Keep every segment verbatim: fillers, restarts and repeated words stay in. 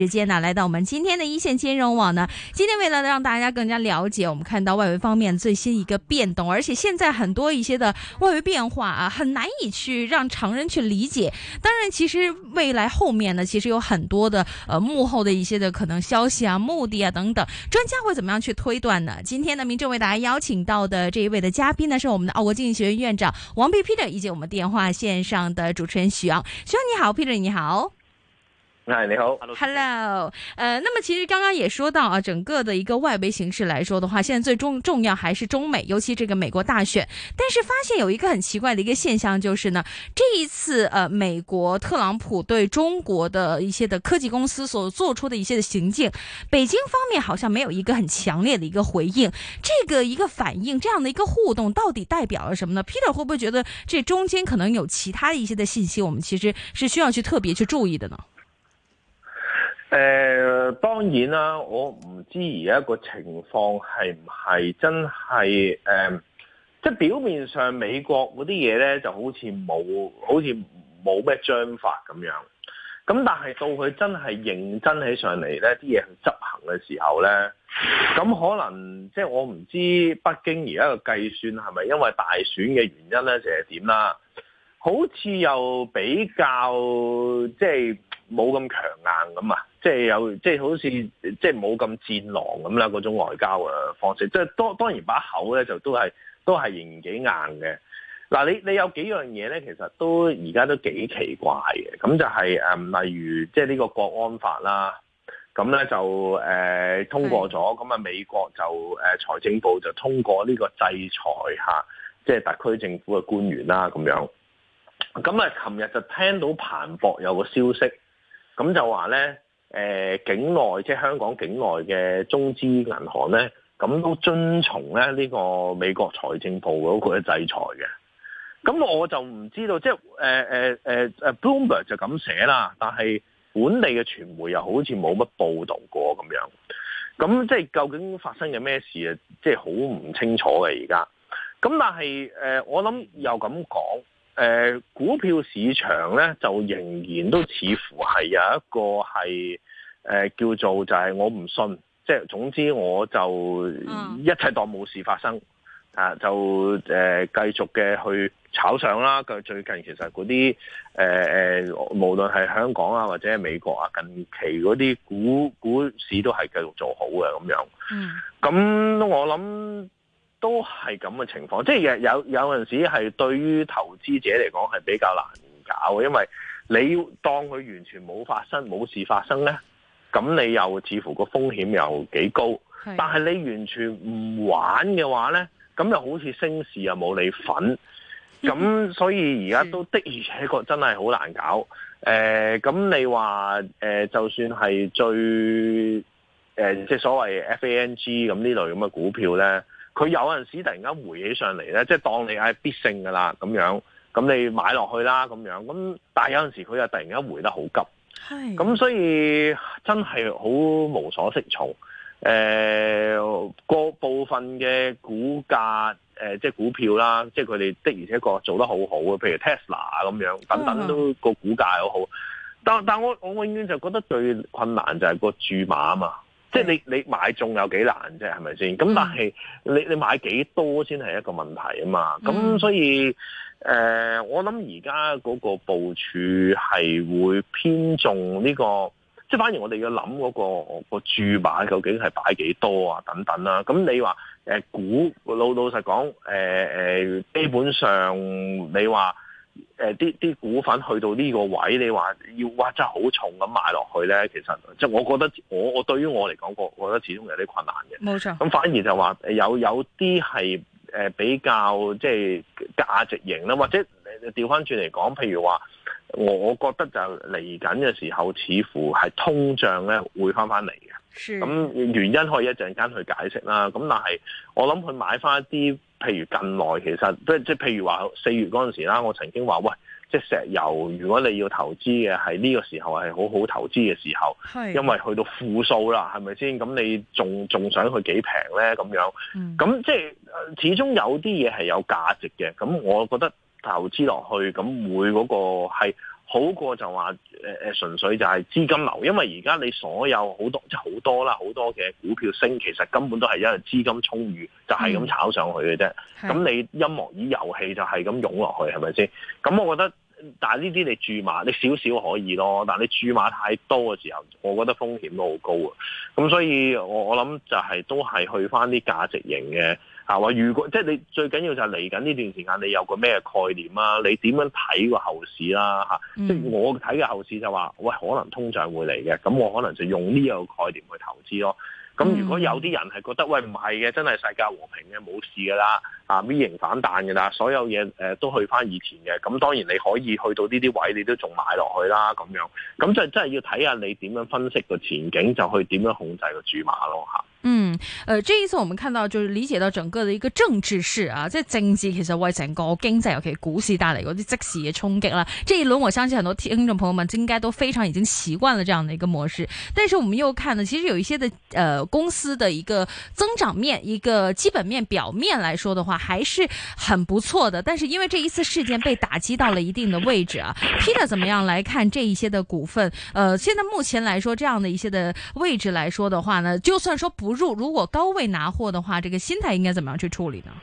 时间呢，来到我们今天的一线金融网呢，今天为了让大家更加了解，我们看到外围方面最新一个变动，而且现在很多一些的外围变化啊，很难以去让常人去理解。当然，其实未来后面呢，其实有很多的呃幕后的一些的可能消息啊、目的啊等等，专家会怎么样去推断呢？今天呢，民政为大家邀请到的这一位的嘉宾呢，是我们的澳国经济学院院长王弼 Peter， 以及我们电话线上的主持人许昂。许昂你好 ，Peter 你好。 嗨，你好 ，Hello， 呃，那么其实刚刚也说到啊，整个的一个外围形势来说的话，现在最重重要还是中美，尤其这个美国大选。但是发现有一个很奇怪的一个现象，就是呢，这一次呃，美国特朗普对中国的一些的科技公司所做出的一些的行径，北京方面好像没有一个很强烈的一个回应。这个一个反应，这样的一个互动，到底代表了什么呢 ？Peter 会不会觉得这中间可能有其他一些的信息，我们其实是需要去特別去注意的呢？ 誒、呃，當然啦，我唔知而家個情況係唔係真係誒、呃，即係表面上美國嗰啲嘢咧就好似冇，好似冇咩章法咁樣。咁但係到佢真係認真起上嚟咧，啲嘢去執行嘅時候咧，咁可能即係我唔知北京而家嘅計算係咪因為大選嘅原因咧，定係點啦？好似又比較即係冇咁強硬咁啊！即係有即係好似即係冇咁戰狼咁啦，嗰種外交嘅方式。即係當當然把口咧就都係都係仍然幾硬嘅。嗱，你你有幾樣嘢咧，其實都而家都幾奇怪嘅。咁就係、是、誒、嗯，例如即係呢個國安法啦，咁咧就誒、呃、通過咗，咁啊美國就誒、呃、財政部就通過呢個制裁下，即係特區政府嘅官員啦咁樣。咁啊，琴日就聽到彭博有個消息，咁就話咧，誒、呃、境內即係香港境內嘅中資銀行咧，咁都遵從咧呢、這個美國財政部嗰個制裁嘅。咁我就唔知道，即係誒誒誒誒 Bloomberg 就咁寫啦，但係本地嘅傳媒又好似冇乜報導過咁樣。咁即係究竟發生嘅咩事啊？即係好唔清楚嘅而家。咁但係誒、呃，我諗又咁講。誒、呃、股票市場咧就仍然都似乎係有一個係誒、呃、叫做就係我唔信，即係總之我就一切當冇事發生、嗯、啊，就誒、呃、繼續嘅去炒上啦。佢最近其實嗰啲誒誒無論係香港啊或者係美國啊，近期嗰啲股股市都係繼續做好嘅咁樣。嗯，咁我諗。都係咁嘅情況，即係有有陣時係對於投資者嚟講係比較難搞，因為你當佢完全冇發生冇事發生咧，咁你又似乎個風險又幾高，但係你完全唔玩嘅話咧，咁又好似升市又冇你份，咁所以而家都的而且確真係好難搞。誒、呃，咁你話誒、呃，就算係最誒、呃，即係所謂 F A N G 咁呢類咁嘅股票咧。佢有陣時突然間回起上嚟咧，即係當你係必勝㗎啦咁樣，咁你買落去啦咁樣，咁但係有陣時佢又突然間回得好急，咁所以真係好無所適從。誒、呃、個部分嘅股價誒、呃、即係股票啦，即係佢哋的而且確做得好好嘅，譬如 Tesla 咁樣等等都個股價好好，但但我我永遠就覺得最困難就係個注碼啊嘛。即係你你買中有幾難啫，係咪先？咁但係你你買幾多先係一個問題啊嘛。咁、嗯、所以誒、呃，我諗而家嗰個部署係會偏重呢、這個，即係反而我哋要諗嗰、那個、那個注碼究竟係擺幾多啊等等啦。咁你話誒、呃、股老老實講，誒、呃、誒基本上你話。誒啲啲股份去到呢個位，你話要哇真係好重咁買落去咧，其實即係我覺得我我對於我嚟講，我我覺得始終有啲困難嘅。冇錯。咁反而就話有有啲係誒比較即係價值型啦，或者調翻轉嚟講，譬如話，我覺得就嚟緊嘅時候，似乎係通脹咧會翻翻嚟嘅。咁原因可以一陣間去解釋啦。咁但係我諗佢買翻一啲。譬如近來其實即即譬如話四月嗰陣時啦，我曾經話喂，即石油如果你要投資嘅係呢個時候係好好投資嘅時候，因為去到負數啦，係咪先？咁你仲仲想去幾平咧？咁樣，咁、嗯、即係始終有啲嘢係有價值嘅。咁我覺得投資落去咁會嗰個係好過就話誒誒純粹就係資金流，因為而家你所有好多即係好多啦，好多嘅股票升，其實根本都係因為資金充裕，就係咁炒上去嘅啫。咁、嗯、你音樂椅遊戲就係咁湧落去，係咪先？咁我覺得，但係呢啲你注碼，你少少可以咯，但係你注碼太多嘅時候，我覺得風險都好高啊。咁所以我我諗就係都係去翻啲價值型嘅。啊！話如果即係你最緊要就係嚟緊呢段時間，你有個咩概念啊？你點樣睇個後市啦？嚇、嗯！即係我睇嘅後市就話，喂，可能通脹會嚟嘅，咁我可能就用呢個概念去投資咯。咁如果有啲人係覺得，喂，唔係嘅，真係世界和平嘅，冇事㗎啦，啊 V 型反彈㗎啦，所有嘢誒、呃、都去翻以前嘅。咁當然你可以去到呢啲位，你都仲買落去啦，咁樣。咁就真係要睇下你點樣分析個前景，就去點樣控制個注碼咯，嚇。 嗯，呃，這一次我們看到就是理解到整個的一個政治市啊，即係政治其實為成個經濟尤其股市帶嚟嗰啲即時嘅衝擊啦。這一輪我相信很多聽眾朋友們應該都非常已經習慣了這樣的一個模式，但是我們又看呢，其實有一些的呃公司的一個增長面、一個基本面表面來說的話，還是很不錯的。但是因為這一次事件被打擊到了一定的位置啊，Peter 怎麼樣來看這一些的股份？呃，現在目前來說，這樣的一些的位置來說的話呢，就算說不入，如果高位拿貨的話，這個心態應該怎麼樣去處理呢？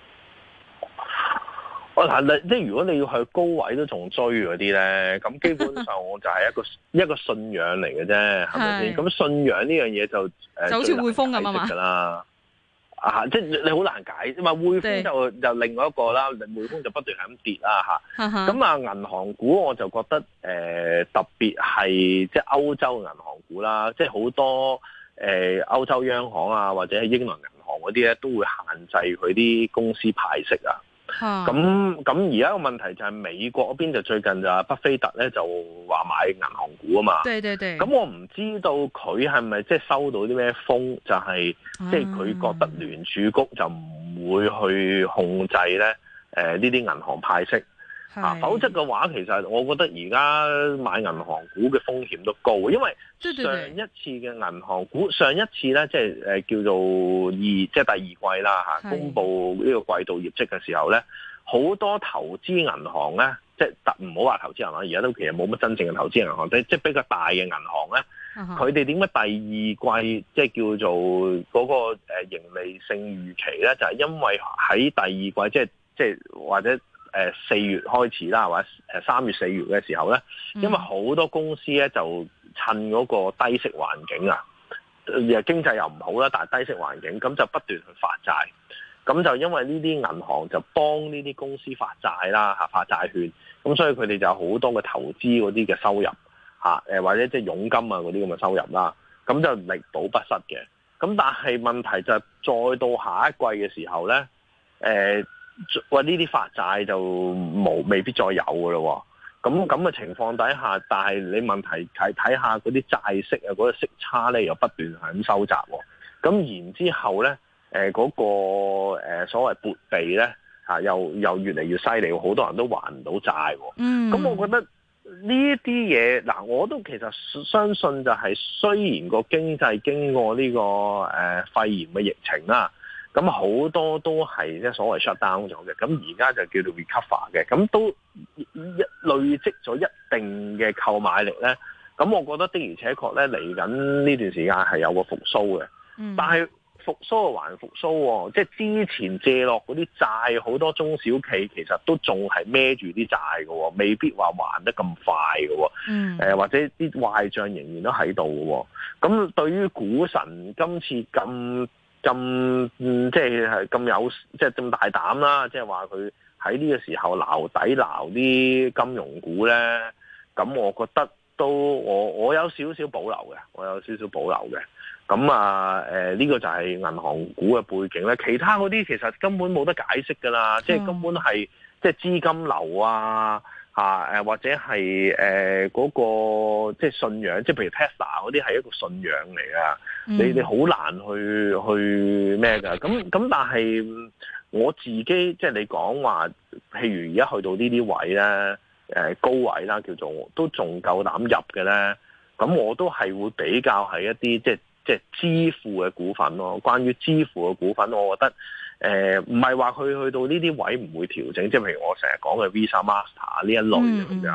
我嗱，即係如果你要去高位都仲追嗰啲咧，咁基本上我就係一個一個信仰嚟嘅啫，係咪先？咁信仰呢樣嘢就誒，就好似匯豐咁啊嘛，啦，啊，即係你好難解，嘛匯豐就就另外一個啦，匯豐就不斷係咁跌啦吓。咁啊，銀行股我就覺得誒、呃，特別係即係歐洲銀行股啦，即係好多。誒歐洲央行啊，或者係英倫銀行嗰啲咧，都會限制佢啲公司派息啊。咁咁而家個問題就係美國嗰邊就最近就巴菲特咧就話買銀行股啊嘛。對對對。咁我唔知道佢係咪即係收到啲咩風，就係即係佢覺得聯儲局就唔會去控制咧誒呢啲銀行派息。啊，否則嘅話，其實我覺得而家買銀行股嘅風險都高，因為上一次嘅銀行股，上一次咧即係誒叫做二，即係第二季啦嚇，公布呢個季度業績嘅時候咧，好多投資銀行咧，即係唔好話投資銀行，而家都其實冇乜真正嘅投資銀行，即即係比較大嘅銀行咧，佢哋點解第二季即係叫做嗰個誒盈利性預期咧，就係因為喺第二季，即係即係或者。誒四月開始啦，或者誒三月四月嘅時候咧，因為好多公司咧就趁嗰個低息環境啊，誒經濟又唔好啦，但係低息環境，咁就不斷去發債，咁就因為呢啲銀行就幫呢啲公司發債啦嚇，發債券，咁所以佢哋就有好多嘅投資嗰啲嘅收入嚇，誒或者即係佣金啊嗰啲咁嘅收入啦，咁就力保不失嘅。咁但係問題就係再到下一季嘅時候咧，誒、呃。喂，呢啲發債就冇未必再有噶咯，咁咁嘅情況底下，但係你問題係睇下嗰啲債息啊，嗰、嗰個息差咧又不斷係咁收窄，咁然之後咧，誒、呃、嗰、嗰個誒、呃、所謂撥備咧吓，又又越嚟越犀利，好多人都還唔到債，嗯，咁我覺得呢啲嘢嗱，我都其實相信就係雖然個經濟經過呢、呢個誒、呃、肺炎嘅疫情啦。咁好多都係即係所謂 shut down 咗嘅，咁而家就叫做 recover 嘅，咁都一累積咗一定嘅購買力咧。咁我覺得的而且確咧，嚟緊呢段時間係有個復甦嘅。嗯、但係復甦又還復甦喎，即係之前借落嗰啲債，好多中小企其實都仲係孭住啲債喎，未必話還得咁快喎。嗯呃、或者啲壞帳仍然都喺度喎。咁對於股神今次咁，咁嗯，即係咁有，即係咁大膽啦！即係話佢喺呢個時候撈底撈啲金融股咧，咁我覺得都我我有少少保留嘅，我有少少保留嘅。咁啊，誒、呃、呢、這個就係銀行股嘅背景咧。其他嗰啲其實根本冇得解釋㗎啦，即係根本係即係資金流啊。嚇誒或者係誒嗰個即係信仰，即係譬如 Tesla 嗰啲係一個信仰嚟噶，嗯、你你好難去去咩㗎？咁咁但係我自己即係你講話，譬如而家去到呢啲位咧，誒高位啦，叫做都仲夠膽入嘅咧，咁我都係會比較係一啲即係即係支付嘅股份咯。關於支付嘅股份，我覺得。誒唔係話佢去到呢啲位唔會調整，即係譬如我成日講嘅 Visa、Master 呢一類咁樣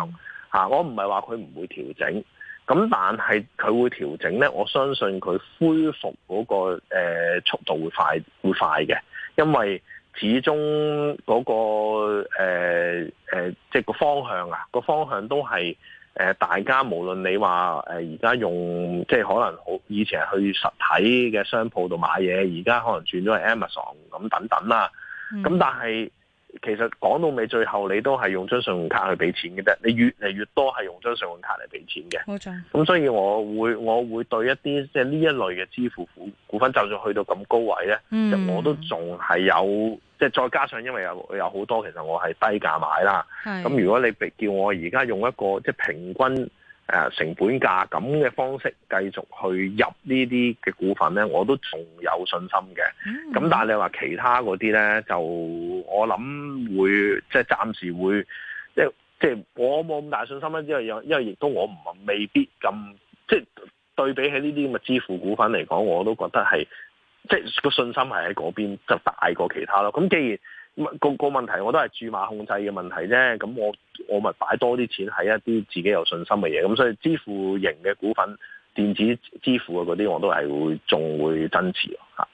嚇、啊，我唔係話佢唔會調整，咁但係佢會調整咧，我相信佢恢復嗰、那個、呃、速度會快會快嘅，因為始終嗰、那個誒、呃呃、即係個方向啊，個方向都係誒、呃、大家無論你話誒而家用即係可能好以前係去實體嘅商鋪度買嘢，而家可能轉咗去 Amazon 咁等等啦。咁、嗯、但係其實講到尾，最後你都係用張信用卡去俾錢嘅啫。你越嚟越多係用張信用卡嚟俾錢嘅。冇錯。咁所以我會我會對一啲即係呢一類嘅支付股股份，就算去到咁高位咧，嗯、即我都仲係有，即係再加上因為有有好多其實我係低價買啦。咁如果你叫我而家用一個即係平均誒成本價咁嘅方式繼續去入呢啲嘅股份咧，我都仲有信心嘅。咁、嗯、但係你話其他嗰啲咧，就我諗會即係暫時會，即係即係我冇咁大信心啦。因為因為亦都我唔未必咁，即係對比起呢啲咁嘅支付股份嚟講，我都覺得係即係個信心係喺嗰邊就大過其他咯。咁既然個個問題我都係注碼控制嘅問題啫，咁我我咪擺多啲錢喺一啲自己有信心嘅嘢，咁所以支付型嘅股份、電子支付嘅嗰啲我都係會仲會增持吓。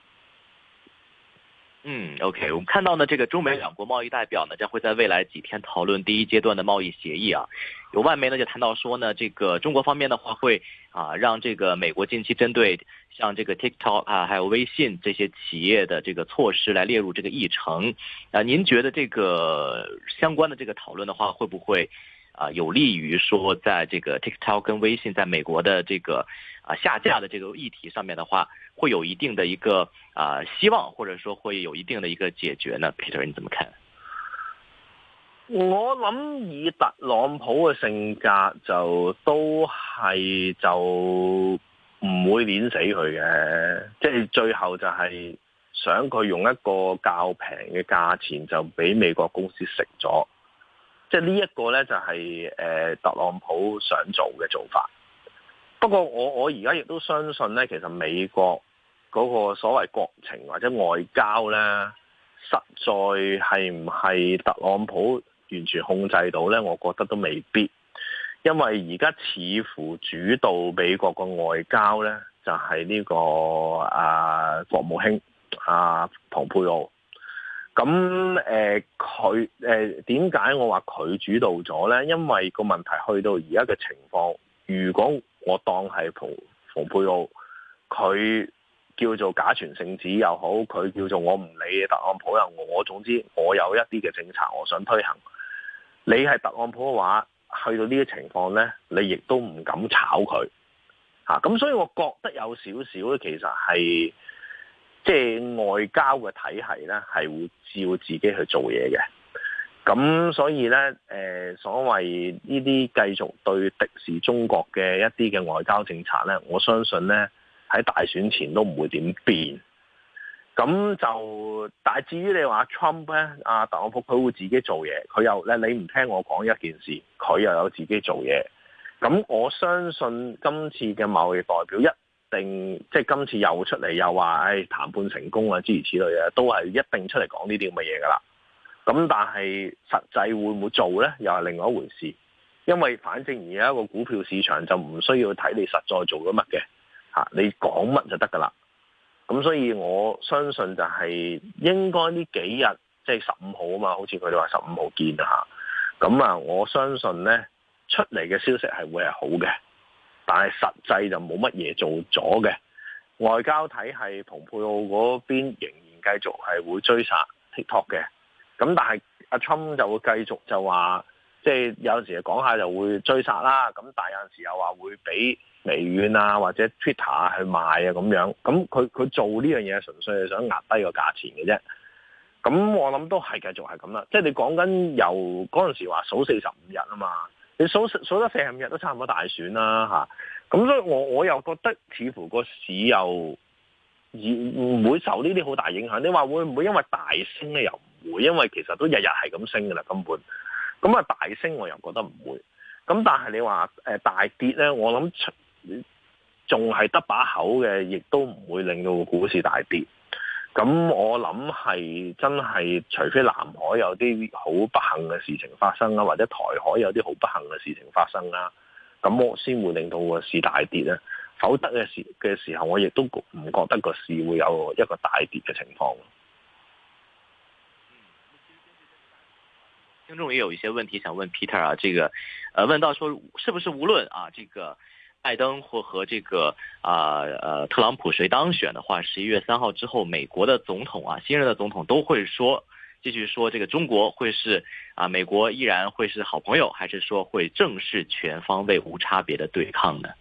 嗯 ，OK， 我們看到呢，這個中美兩國貿易代表呢將會在未來幾天討論第一階段的貿易協議啊。有外媒呢就談到說呢，這個中國方面的話會啊讓這個美國近期針對像這個 TikTok 啊，還有微信這些企業的這個措施來列入這個議程。啊，您覺得這個相關的這個討論的話，會不會啊有利於說，在這個 TikTok 跟微信在美國的這個啊下架的這個議題上面的話，會有一定的一個啊希望，或者說會有一定的一個解決呢 ？Peter，你怎麼看？ 我諗以特朗普嘅性格就都係就唔會碾死佢嘅，即係最後就係想佢用一個較平嘅價錢就俾美國公司食咗，即係呢一個呢，就係誒特朗普想做嘅做法。不過我我而家亦都相信呢，其實美國嗰個所謂國情或者外交呢，實在係唔係特朗普完全控制到呢？我覺得都未必，因為而家似乎主導美國個外交呢，就係、是、呢、這個啊國務卿啊蓬佩奧。咁誒佢誒點解我話佢主導咗呢？因為個問題去到而家嘅情況，如果我當係蓬蓬佩奧，佢叫做假傳聖旨又好，佢叫做我唔理特朗普又我，總之我有一啲嘅政策我想推行。你係特朗普嘅話，去到呢啲情況呢，你亦都唔敢炒佢嚇。咁、啊、所以我覺得有少少咧，其實係即係外交嘅體系呢，係會照自己去做嘢嘅。咁所以呢，誒、呃、所謂呢啲繼續對敵視中國嘅一啲嘅外交政策呢，我相信呢喺大選前都唔會點變。咁就，但係至於你話 Trump 咧，阿特朗普佢會自己做嘢，佢又咧你唔聽我講一件事，佢又有自己做嘢。咁我相信今次嘅貿易代表一定，即係今次又出嚟又話，誒、哎、談判成功啊，諸如此類嘅，都係一定出嚟講呢啲咁嘅嘢噶啦。咁但係實際會唔會做咧，又係另外一回事。因為反正而家個股票市場就唔需要睇你實在做咗乜嘅，嚇你講乜就得噶啦。咁所以我相信就係應該呢幾日即係十五號啊嘛，好似佢哋話十五號見啊嚇。咁啊，我相信呢出嚟嘅消息係會係好嘅，但係實際就冇乜嘢做咗嘅。外交體系蓬佩奧嗰邊仍然繼續係會追殺 TikTok 嘅。咁但係阿 Trump 就會繼續就話，即係有陣時講下就會追殺啦。咁但係有陣時又話會俾微軟啊或者 Twitter 去賣啊咁樣，咁佢佢做呢樣嘢純粹係想壓低個價錢嘅啫。咁我諗都係繼續係咁啦。即係你講緊由嗰陣時話數四十五日啊嘛，你數數得四十五日都差唔多大選啦嚇。咁所以我我又覺得似乎個市又唔會受呢啲好大影響。你話會唔會因為大升咧？又唔會，因為其實都日日係咁升㗎啦根本。咁啊大升我又覺得唔會。咁但係你話誒大跌咧，我諗仲係得把口嘅，亦都唔會令到個股市大跌。 咁我諗係真係，除非南海有啲好不幸嘅事情發生啦，或者台海有啲好不幸嘅事情發生啦，咁我先會令到個市大跌咧。否則嘅時嘅時候，我亦都唔覺得個市會有一個大跌嘅情況。 聽眾也有一些問題想問 Peter 啊，這個，呃，問到說，是不是無論啊，這個拜登或和這個啊呃特朗普誰當選的話，十一月三號之後，美國的總統啊，新任的總統都會說，繼續說，這個中國會是啊，美國依然會是好朋友，還是說會正式全方位無差別的對抗呢？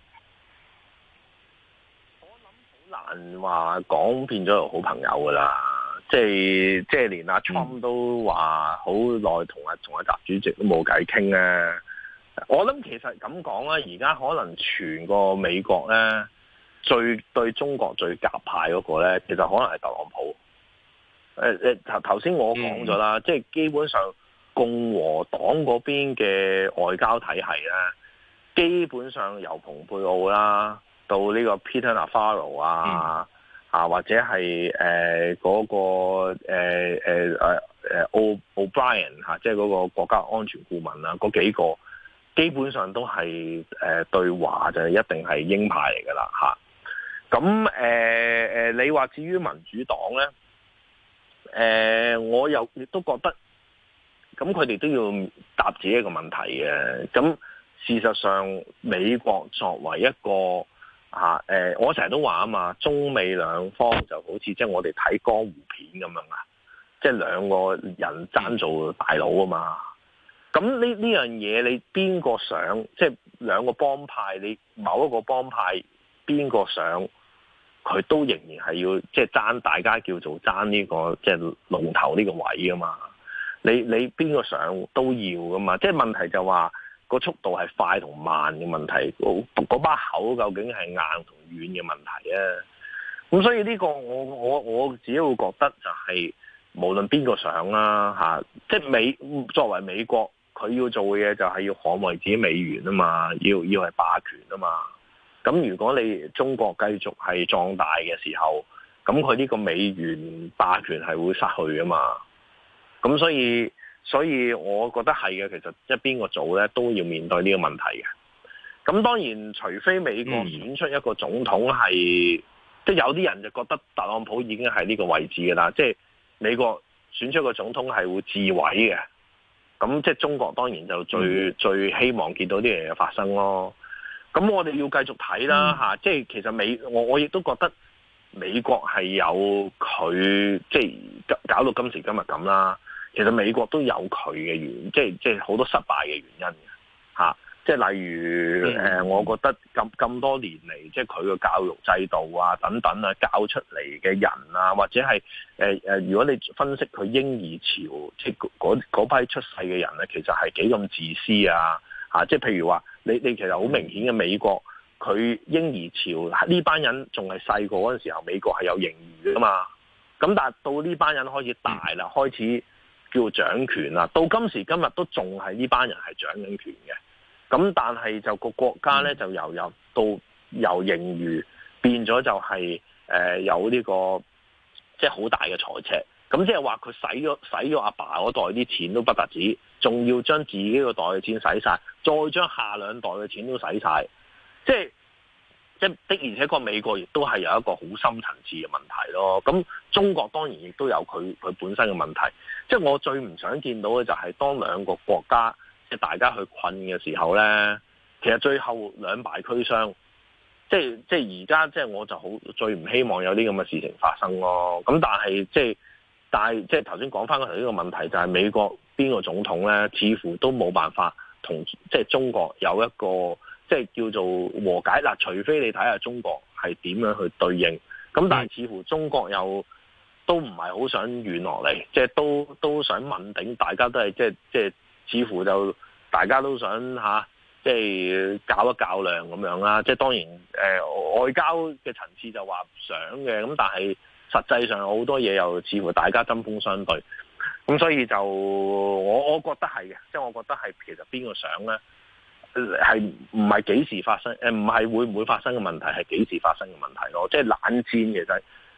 好難話講變咗做好朋友噶啦，即係即係連阿 Trump 都話好耐同阿同阿習主席都冇偈傾咧。我諗其實咁講啦，而家可能全個美國咧，最對中國最鴿派嗰個咧，其實可能係特朗普。誒誒頭頭先我講咗啦，嗯、即係基本上共和黨嗰邊嘅外交體系咧，基本上由蓬佩奧啦。到呢個 Peter Navarro 啊，嗯、啊或者係誒嗰個誒誒誒誒 O O'Brien 嚇，即係嗰個國家安全顧問啊，嗰幾個基本上都係誒、呃、對華就一定係鷹派嚟㗎啦嚇。咁誒誒，你話至於民主黨咧，誒、呃、我又亦都覺得，咁佢哋都要答自己一個問題嘅。咁事實上，美國作為一個啊，誒、呃，我成日都話啊嘛，中美兩方就好似即係我哋睇江湖片咁樣啊，即係兩個人爭做大佬啊嘛。咁呢呢樣嘢，你邊個上？即係兩個幫派，你某一個幫派邊個上，佢都仍然係要即係爭，大家叫做爭呢個即係龍頭呢個位啊嘛。你你邊個上都要噶嘛。即係問題就話，個速度係快同慢嘅問題，嗰把口究竟係硬同軟嘅問題啊！咁所以呢個我我我自己會覺得就係、是、無論邊個上啦嚇，即係美作為美國，佢要做嘅嘢就係要捍衞自己美元啊嘛，要要係霸權啊嘛。咁如果你中國繼續係壯大嘅時候，咁佢呢個美元霸權係會失去啊嘛。咁所以。所以我覺得係嘅，其實即係邊個做咧都要面對呢個問題嘅。咁當然，除非美國選出一個總統係，嗯、即係有啲人就覺得特朗普已經係呢個位置嘅啦。即係美國選出一個總統係會自毀嘅。咁即係中國當然就最、嗯、最希望見到啲嘢發生咯。咁我哋要繼續睇啦嚇。即係其實美我我亦都覺得美國係有佢即係搞到今時今日咁啦。其實美國都有佢嘅原因，即係即係好多失敗嘅原因嘅嚇，即係例如誒、呃，我覺得咁咁多年嚟，即係佢嘅教育制度啊等等啊，教出嚟嘅人啊，或者係誒誒，如果你分析佢嬰兒潮，即係嗰批出世嘅人咧，其實係幾咁自私啊嚇，即係譬如話，你你其實好明顯嘅美國，佢嬰兒潮呢班人仲係細個嗰陣時候，美國係有盈餘㗎嘛，咁但係到呢班人開始大啦，開始叫掌權啦，到今時今日都仲係呢班人係掌緊權嘅，咁但係就個國家咧就由由到由盈餘變咗就係、是、誒、呃、有呢、這個即係好大嘅財赤，咁即係話佢使咗使咗阿爸嗰代啲錢都不特止，仲要將自己個代嘅錢使晒，再將下兩代嘅錢都使晒，即係。即的而且確美國亦都係有一個好深層次嘅問題咯。咁中國當然亦都有佢佢本身嘅問題。即係我最唔想見到嘅就係當兩個國家即係大家去困嘅時候咧，其實最後兩敗俱傷。即係即係而家即係我就好最唔希望有啲咁嘅事情發生咯。咁但係即係但係即係頭先講翻嗰頭呢個問題就係美國邊個總統咧，似乎都冇辦法同即係中國有一個。即係叫做和解嗱，除非你睇下中國係點樣去對應，咁但係似乎中國又都唔係好想軟落嚟，即係都都想穩定，大家都係即係即係似乎就大家都想嚇，即係較一較量咁樣啦。即係當然誒、呃、外交嘅層次就話唔想嘅，咁但係實際上好多嘢又似乎大家針鋒相對，咁所以就我我覺得係嘅，即係我覺得係其實邊個想咧？係唔係幾時發生？誒唔係會唔會發生嘅問題，係幾時發生嘅問題咯？即係冷戰其實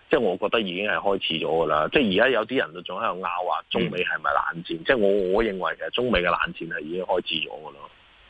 即係我覺得已經係開始咗噶啦。即係而家有啲人就仲喺度拗話中美係咪冷戰？嗯、即係我我認為其實中美嘅冷戰係已經開始咗噶啦。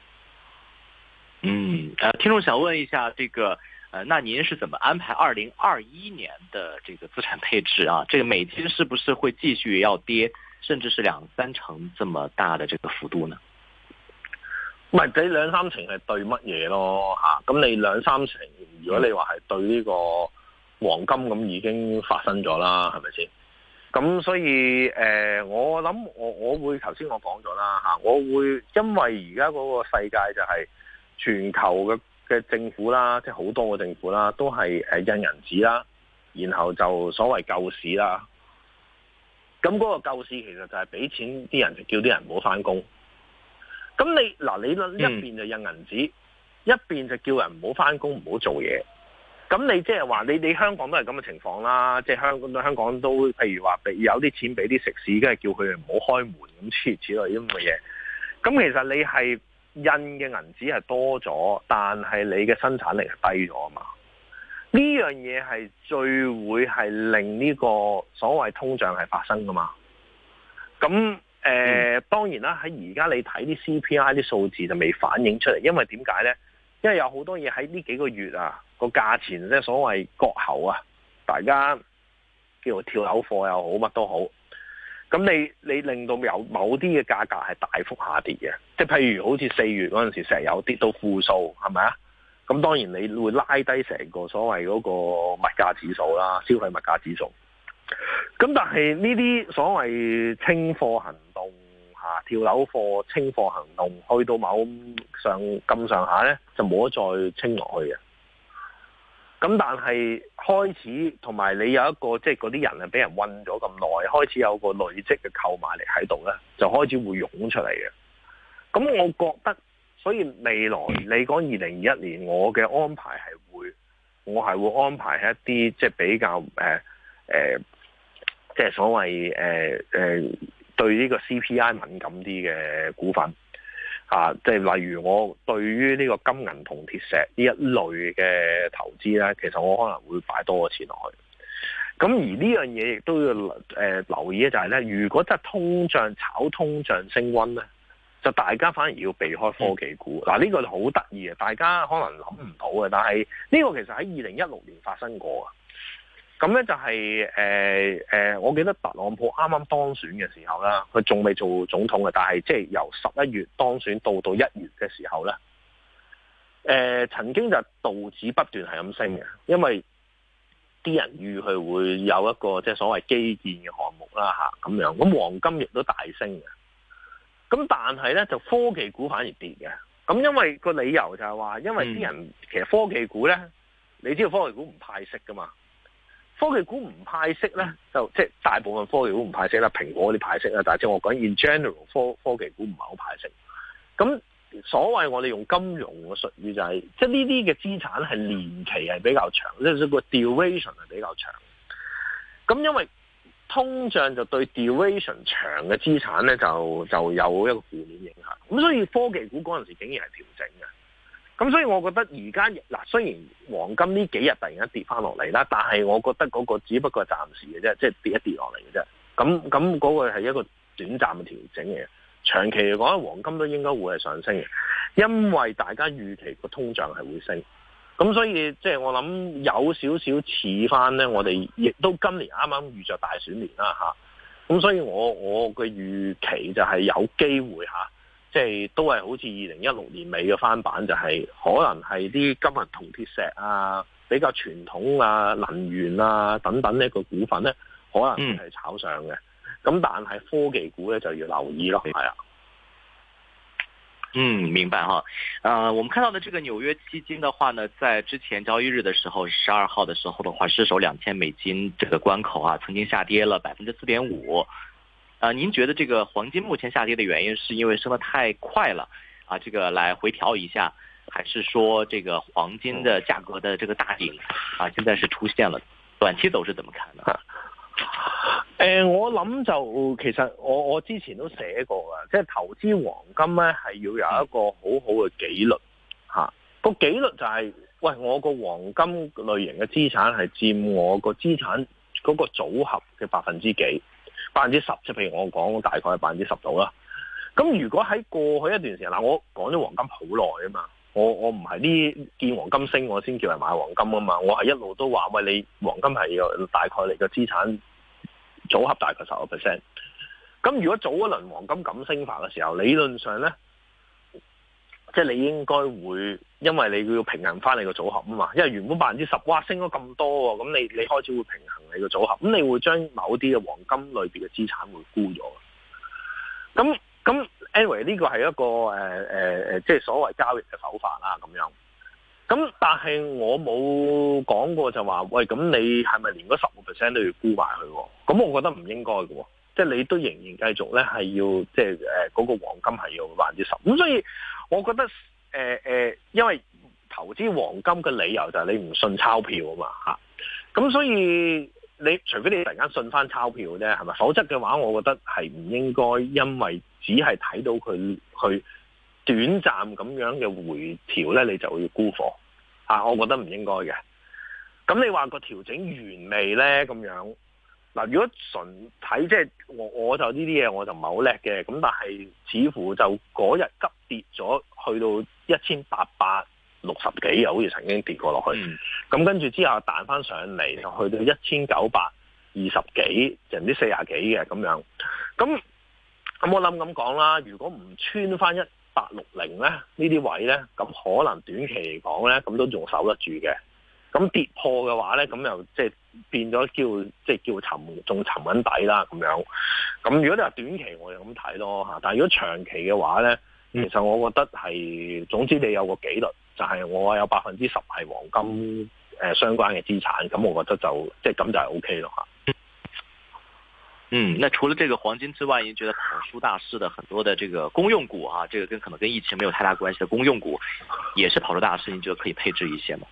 嗯，呃，聽眾想問一下，這個，呃，那您是怎麼安排二零二一年的這個資產配置啊？這個美金是不是會繼續要跌，甚至是兩三成這麼大的這個幅度呢？ 唔係，你兩三成係對乜嘢咯？嚇，咁你兩三成，如果你話係對呢個黃金咁，已經發生咗啦，係咪先？咁所以誒、呃，我諗我我會頭先我講咗啦嚇，我會因為而家嗰個世界就係全球嘅嘅政府啦，即係好多個政府啦，都係誒印銀紙啦，然後就所謂救市啦。咁嗰個救市其實就係俾錢啲人，就叫啲人唔好返工。咁你嗱，你一邊就印銀紙，嗯、一邊就叫人唔好返工，唔好做嘢。咁你即係話，你你香港都係咁嘅情況啦。即係香港香港都，譬如話俾有啲錢俾啲食肆，跟住叫佢哋唔好開門咁，諸如此類咁嘅嘢。咁其實你係印嘅銀紙係多咗，但係你嘅生產力係低咗啊嘛。呢樣嘢係最會係令呢個所謂通脹係發生噶嘛。咁誒、呃嗯、當然啦，喺而家你睇啲 C P I 啲數字就未反映出嚟，因為點解咧？因為有好多嘢喺呢幾個月啊，個價錢即係所謂割喉啊，大家叫做跳樓貨又好，乜都好。咁你你令到有某啲嘅價格係大幅下跌嘅，即係譬如好似四月嗰陣時石油跌到負數，係咪啊？咁當然你會拉低成個所謂嗰個物價指數啦，消費物價指數。咁但係呢啲所謂清貨行動嚇、跳樓貨清貨行動，去到某上咁上下咧，就冇得再清落去嘅。咁但係開始同埋你有一個即係嗰啲人係俾人韞咗咁耐，開始有個累積嘅購買力喺度咧，就開始會湧出嚟嘅。咁我覺得，所以未來你講二零二一年，我嘅安排係會，我係會安排一啲即係比較誒誒、呃呃，即係所謂誒誒、呃呃、對呢個 C P I 敏感啲嘅股份。啊，即係例如我對於呢個金銀銅鐵石呢一類嘅投資咧，其實我可能會擺多個錢落去。咁而呢樣嘢亦都要誒、呃、留意嘅就係咧，如果真係通脹炒通脹升溫咧，就大家反而要避開科技股。嗱、嗯，呢、這個就好得意嘅，大家可能諗唔到嘅，但係呢個其實喺二零一六年發生過啊。咁咧就係誒誒，我記得特朗普啱啱當選嘅時候啦，佢仲未做總統嘅，但係即係由十一月當選到到一月嘅時候咧，誒、呃、曾經就道指不斷係咁升嘅，因為啲人預佢會有一個即係所謂基建嘅項目啦嚇咁樣，咁黃金亦都大升嘅，咁但係咧就科技股反而跌嘅，咁因為個理由就係話，因為啲人、嗯、其實科技股咧，你知道科技股唔派息噶嘛。科技股唔派息咧，就即係大部分科技股唔派息啦，蘋果啲派息啦，但係即係我講 in general 科科技股唔係好派息。咁所謂我哋用金融嘅術語就係、是，即係呢啲嘅資產係年期係比較長，即係個 duration 係比較長。咁因為通脹就對 duration 長嘅資產咧，就就有一個負面影響。咁所以科技股嗰陣時竟然係調整嘅。咁所以我覺得而家嗱，雖然黃金呢幾日突然間跌翻落嚟啦，但係我覺得嗰個只不過係暫時嘅啫，即係跌一跌落嚟嘅啫。咁咁嗰個係一個短暫嘅調整嘅，長期嚟講，黃金都應該會係上升嘅，因為大家預期個通脹係會升。咁所以即係我諗有少少似翻咧，我哋亦都今年啱啱遇着大選年啦嚇。咁所以我我嘅預期就係有機會嚇。即係都係好似二零一六年尾嘅翻版，就係、是、可能係啲金銀銅鐵石啊，比較傳統啊、能源啊等等呢個股份咧，可能係炒上嘅。咁、嗯、但係科技股咧就要留意咯，係啊。 嗯，明白哈。呃，我們看到的這個紐約期金的話呢，在之前交易日的時候，十二號的時候的話，失守兩千美金這個關口啊，曾經下跌了百分之四點五。啊，您覺得這個黃金目前下跌的原因是因為升得太快了啊？這個來回調一下，還是說這個黃金的價格的這個大頂啊，現在是出現了？短期走勢怎麼看呢？ 誒、呃，我諗就其實我我之前都寫過㗎，即係投資黃金咧係要有一個好好嘅紀律嚇。個紀律就係、是、 喂，我個黃金類型嘅資產係佔我個資產嗰個組合嘅百分之幾，百分之十，即係譬如我講大概係百分之十度啦。咁如果喺過去一段時間，嗱，我講咗黃金好耐啊嘛，我我唔係呢見黃金升我先叫人買黃金啊嘛，我係一路都話喂，你黃金係有大概你嘅資產組合大概十個 percent。咁如果早一輪黃金咁升法嘅時候，理論上咧，即係你應該會，因為你要平衡翻你個組合啊嘛，因為原本百分之十，哇升咗咁多喎，咁你你開始會平衡你個組合，咁你會將某啲嘅黃金類別嘅資產會沽咗。咁咁 anyway 呢個係一個誒誒誒，即係所謂交易嘅手法啦咁樣。咁但係我冇講過就話，喂，咁你係咪連嗰十個 percent 都要沽埋佢？咁我覺得唔應該嘅喎。即係你都仍然繼續咧，係要即係誒嗰個黃金係要百分之十。咁所以我覺得誒誒、呃呃，因為投資黃金嘅理由就係你唔信鈔票啊嘛嚇。咁所以你除非你突然間信翻鈔票啫，係咪？否則嘅話，我覺得係唔應該因為只係睇到佢去短暫咁樣嘅回調咧，你就要沽貨啊！我覺得唔應該嘅。咁你話個調整完未咧？咁樣？嗱，如果純睇即係我我就呢啲嘢我就唔係好叻嘅，咁但係似乎就嗰日急跌咗，去到一千八百六十幾，又好似曾經跌過落去。咁、嗯、跟住之後彈翻上嚟，就去到一千九百二十幾，甚至四廿幾嘅咁樣。咁咁我諗咁講啦，如果唔穿翻一八六零咧，呢啲位咧，咁可能短期嚟講咧，咁都仲守得住嘅。咁跌破嘅話咧，咁又即係變咗叫即係叫沉，仲沉緊底啦咁樣。咁如果你話短期，我就咁睇咯嚇。但係如果長期嘅話咧，其實我覺得係總之你有個紀律，就係、是、我有百分之十係黃金誒、呃、相關嘅資產，咁我覺得就即係咁就係 O K 咯嚇。 嗯，那除了這個黃金之外，您覺得跑輸大市的很多的這個公用股啊，這個跟可能跟疫情沒有太大關係的公用股，也是跑輸大市，您覺得可以配置一些嗎？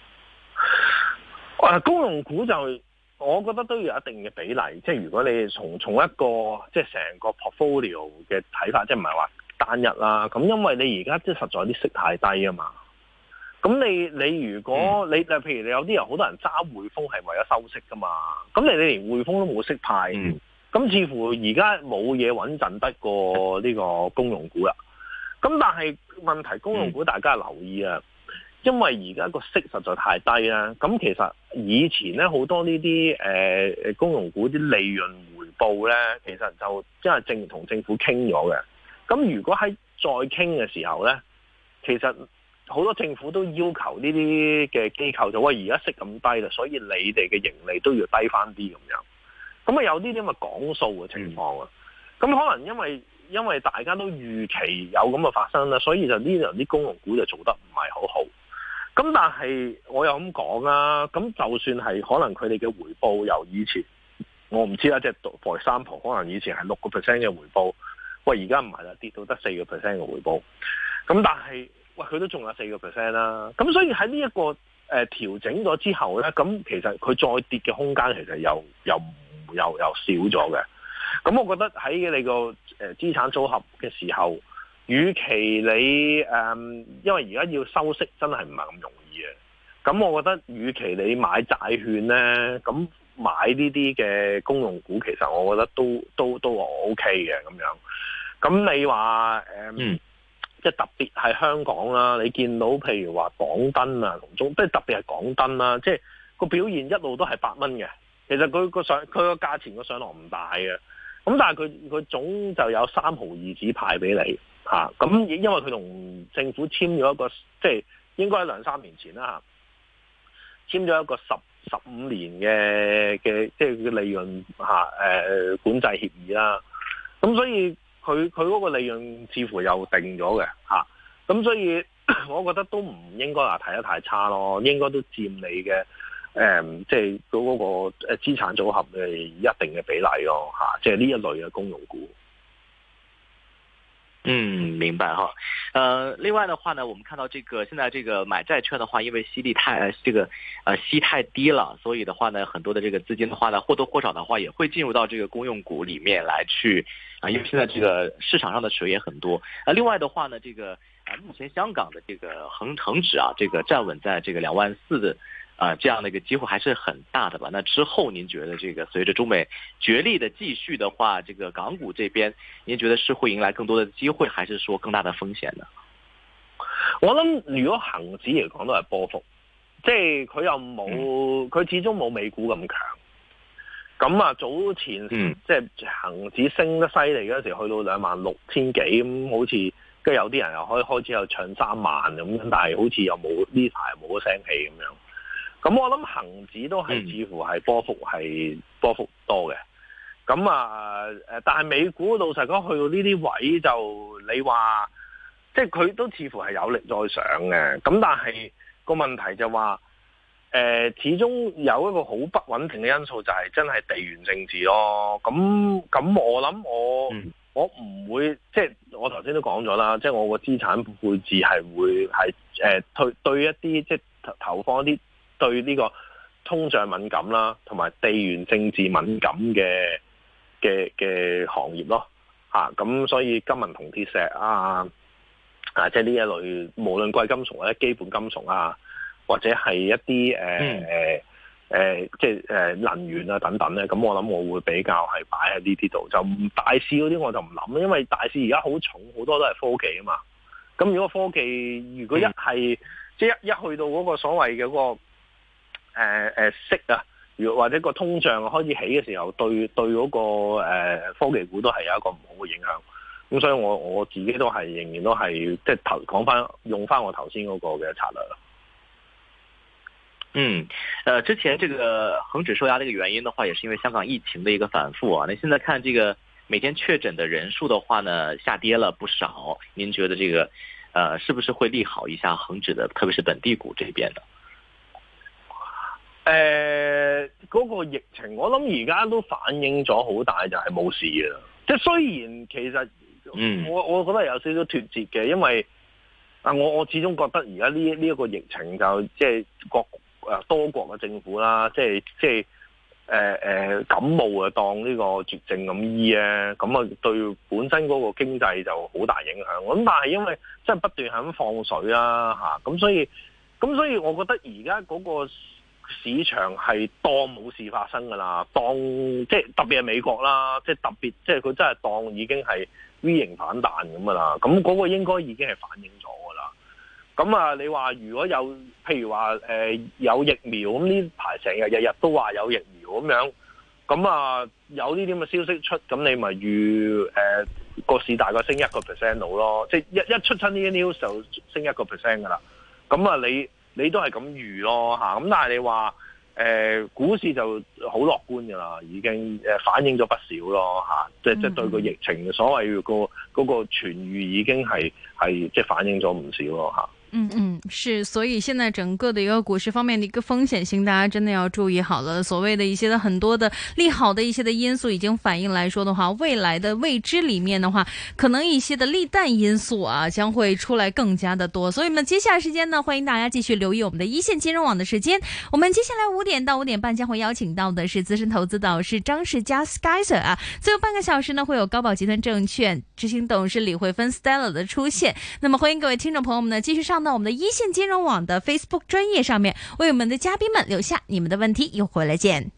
誒，公用股就我覺得都要有一定嘅比例，即係如果你從從一個即係成個 portfolio 嘅睇法，即係唔係話單一啦。咁因為你而家即係實在啲息太低啊嘛。咁你你如果你誒，譬如你有啲人好多人揸匯豐係為咗收息噶嘛，咁你你連匯豐都冇息派，咁、嗯、似乎而家冇嘢穩陣得過呢個公用股啦。咁但係問題，公用股大家留意啊。嗯因為而家個息實在太低啦，咁其實以前咧好多呢啲誒公用股啲利潤回報咧，其實就即係政同政府傾咗嘅。咁如果喺再傾嘅時候咧，其實好多政府都要求呢啲嘅機構就喂，而家息咁低啦，所以你哋嘅盈利都要低翻啲咁樣。咁啊有啲啲咁嘅講數嘅情況啊，咁、嗯、可能因為因為大家都預期有咁嘅發生啦，所以就呢樣啲公用股就做得唔係好好。咁但係我又咁講啦，咁就算係可能佢哋嘅回報由以前，我唔知啦，即係 for example，可能以前係六個 percent 嘅回報，喂而家唔係啦，跌到得四個 percent 嘅回報。咁但係喂佢都仲有四個 percent 啦。咁所以喺呢一個誒、呃、調整咗之後咧，咁其實佢再跌嘅空間其實又又又又少咗嘅。咁我覺得喺你個誒資產組合嘅時候，與其你誒、嗯，因為而家要收息真係唔係咁容易嘅，咁我覺得與其你買債券咧，咁買呢啲嘅公用股，其實我覺得都都都 O K 嘅咁樣。咁你話誒，即、嗯、係、嗯、特別係香港啦，你見到譬如話港燈啊同中，即係特別係港燈啦，即係個表現一路都係八蚊嘅。其實佢個上佢個價錢個上落唔大嘅，咁但係佢佢總就有三毫二紙派俾你。嚇、咁、啊、因為佢同政府簽咗一個，即係應該兩三年前啦嚇，簽咗一個十十五年嘅嘅即係嘅利潤嚇誒、啊、管制協議啦。咁所以佢佢嗰個利潤似乎又定咗嘅嚇。咁、啊、所以我覺得都唔應該話睇得太差咯，應該都佔你嘅誒即係嗰個誒資產組合嘅一定嘅比例咯嚇，即係呢一類嘅公用股。 嗯，明白哈。呃，另外的話呢，我們看到這個現在這個買債券的話，因為息率太這個呃息太低了，所以的話呢，很多的這個資金的話呢，或多或少的話也會進入到這個公用股裡面來去啊、呃，因為現在這個市場上的水也很多。啊、呃，另外的話呢，這個。 啊，目前香港的这个恒恒指啊，这个站稳在这个两万四的啊这样的一个机会还是很大的吧？那之后您觉得这个随着中美角力的继續的話，這個港股這邊，您覺得是會迎來更多的機會，還是說更大的風險呢？ 我諗如果恒指嚟講都係波幅，即係佢又冇，佢、嗯、始終冇美股咁強。咁啊，早前、嗯、即係恒指升得犀利嗰時，去到兩萬六千幾咁，好似跟住有啲人又開開始又唱三萬咁，但係好似又冇呢排冇咗聲氣咁樣。咁我諗恒指都係似乎係波幅係、嗯、波幅多嘅。咁啊誒，但係美股老實講去到呢啲位就你話，即係佢都似乎係有力再上嘅。咁但係個問題就話。誒、呃，始終有一個好不穩定嘅因素，就係真係地緣政治咯。咁咁，我諗我、嗯、我唔會，即係我頭先都講咗啦，即係我個資產配置係會係誒對對一啲即係投放一啲對呢個通脹敏感啦，同埋地緣政治敏感嘅嘅嘅行業咯。吓、啊，咁所以金銀銅鐵石啊啊，即係呢一類，無論貴金屬或者基本金屬啊。或者係一啲誒誒誒，即係誒能源啊等等咧，咁我諗我會比較係擺喺呢啲度，就唔大市嗰啲我就唔諗，因為大市而家好重，好多都係科技啊嘛。咁如果科技如果一係、嗯、即係一一去到嗰個所謂嘅嗰、嗰個誒誒、呃、息啊，如或者個通脹開始起嘅時候，對對嗰、嗰個、呃、科技股都係有一個唔好嘅影響。咁所以我我自己都係仍然都係即係頭講翻用翻我頭先嗰個嘅策略。 嗯，呃，之前這個恒指受壓的一個原因的話，也是因為香港疫情的一個反覆啊。那現在看這個每天確診的人數的話呢，下跌了不少。您覺得這個，呃，是不是會利好一下恒指的，特別是本地股這邊呢？ 誒、呃，嗰、那個疫情，我諗而家都反映咗好大，就係冇事嘅。即係雖然其實，嗯，我我覺得有少少脫節嘅，因為啊，我我始終覺得而家呢呢一個疫情就即係各。誒多國嘅政府啦，即係即係誒誒感冒啊，當呢個絕症咁醫咧，咁啊對本身嗰個經濟就好大影響。咁但係因為即係不斷係咁放水啦嚇，咁所以咁所以我覺得而家嗰個市場係當冇事發生㗎啦，當即係特別係美國啦，即係特別即係佢真係當已經係 V 型反彈咁㗎啦，咁嗰個應該已經係反映咗㗎啦。咁啊，你話如果有，譬如話誒、呃、有疫苗，咁呢排成日日日都話有疫苗咁樣，咁啊有呢啲咁嘅消息出，咁你咪預誒個市大概升一個 percent 到咯，即係一一出親呢啲 news 就升一個 percent 噶啦。咁啊，你你都係咁預咯嚇，咁但係你話誒、呃、股市就好樂觀噶啦，已經誒反映咗不少咯嚇，即係即係對個疫情嘅所謂個嗰個痊癒已經係係即係反映咗唔少咯嚇。 嗯嗯，是，所以現在整個的一個股市方面的一個風險性，大家真的要注意好了。所謂的一些的很多的利好的一些的因素已經反映來說的話，未來的未知裏面的話，可能一些的利淡因素啊將會出來更加的多。所以呢，接下來時間呢，歡迎大家繼續留意我們的一線金融網的時間。我們接下來五點到五點半將會邀請到的是資深投資導師張士佳 Skyser 啊。最後半個小時呢，會有高寶集團證券執行董事李慧芬 Stella 的出現。那麼歡迎各位聽眾朋友們呢，繼續上到我們的一線金融網的 Facebook 專頁上面，為我們的嘉賓們留下你們的問題，一會兒來見。